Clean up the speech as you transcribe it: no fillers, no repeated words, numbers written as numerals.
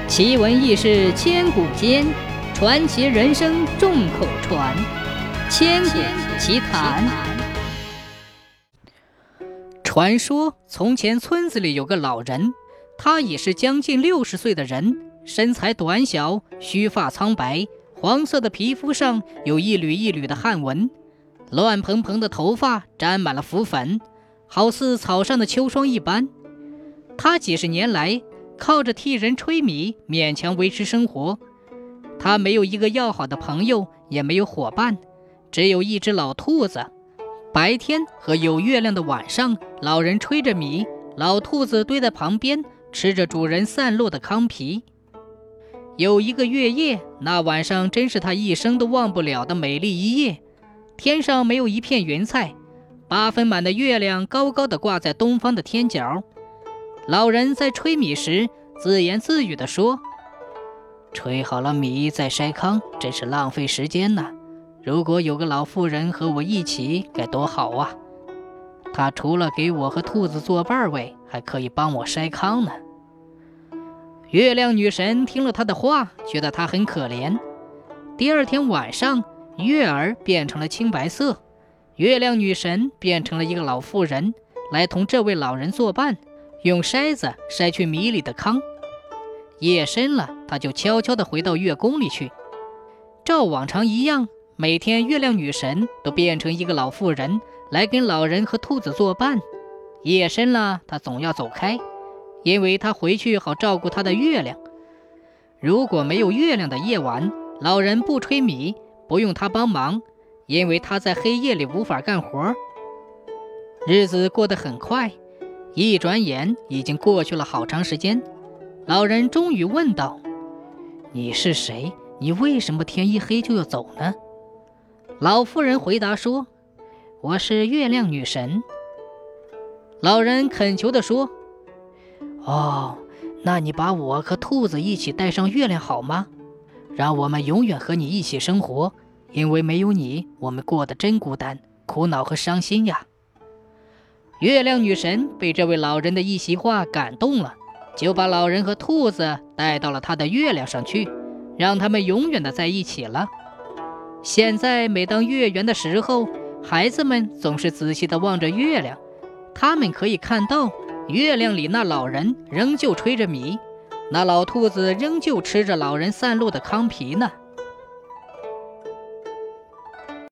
奇闻异事千古间，传奇人生众口传。千古奇谈。传说从前村子里有个老人，他已是将近60岁的人，身材短小，须发苍白，黄色的皮肤上有一缕一缕的汗纹，乱蓬蓬的头发沾满了浮粉，好似草上的秋霜一般。他几十年来靠着替人吹米勉强维持生活。他没有一个要好的朋友，也没有伙伴，只有一只老兔子。白天和有月亮的晚上，老人吹着米，老兔子堆在旁边吃着主人散落的糠皮。有一个月夜，那晚上真是他一生都忘不了的美丽一夜。天上没有一片云彩，8分满的月亮高高地挂在东方的天角。老人在吹米时自言自语地说：吹好了米再筛糠，真是浪费时间呐。如果有个老妇人和我一起，该多好啊！她除了给我和兔子做伴位，还可以帮我筛糠呢。月亮女神听了他的话，觉得他很可怜。第二天晚上，月儿变成了青白色，月亮女神变成了一个老妇人，来同这位老人作伴，用筛子筛去米里的糠。夜深了，她就悄悄地回到月宫里去。照往常一样，每天月亮女神都变成一个老妇人，来跟老人和兔子作伴。夜深了，她总要走开，因为她回去好照顾她的月亮。如果没有月亮的夜晚，老人不吹米，不用她帮忙，因为她在黑夜里无法干活。日子过得很快，一转眼已经过去了好长时间。老人终于问道：你是谁？你为什么天一黑就要走呢？老妇人回答说：我是月亮女神。老人恳求地说：哦，那你把我和兔子一起带上月亮好吗？让我们永远和你一起生活，因为没有你，我们过得真孤单、苦恼和伤心呀。月亮女神被这位老人的一席话感动了，就把老人和兔子带到了她的月亮上去，让他们永远的在一起了。现在每当月圆的时候，孩子们总是仔细地望着月亮，他们可以看到月亮里那老人仍旧吹着米，那老兔子仍旧吃着老人散落的糠皮呢。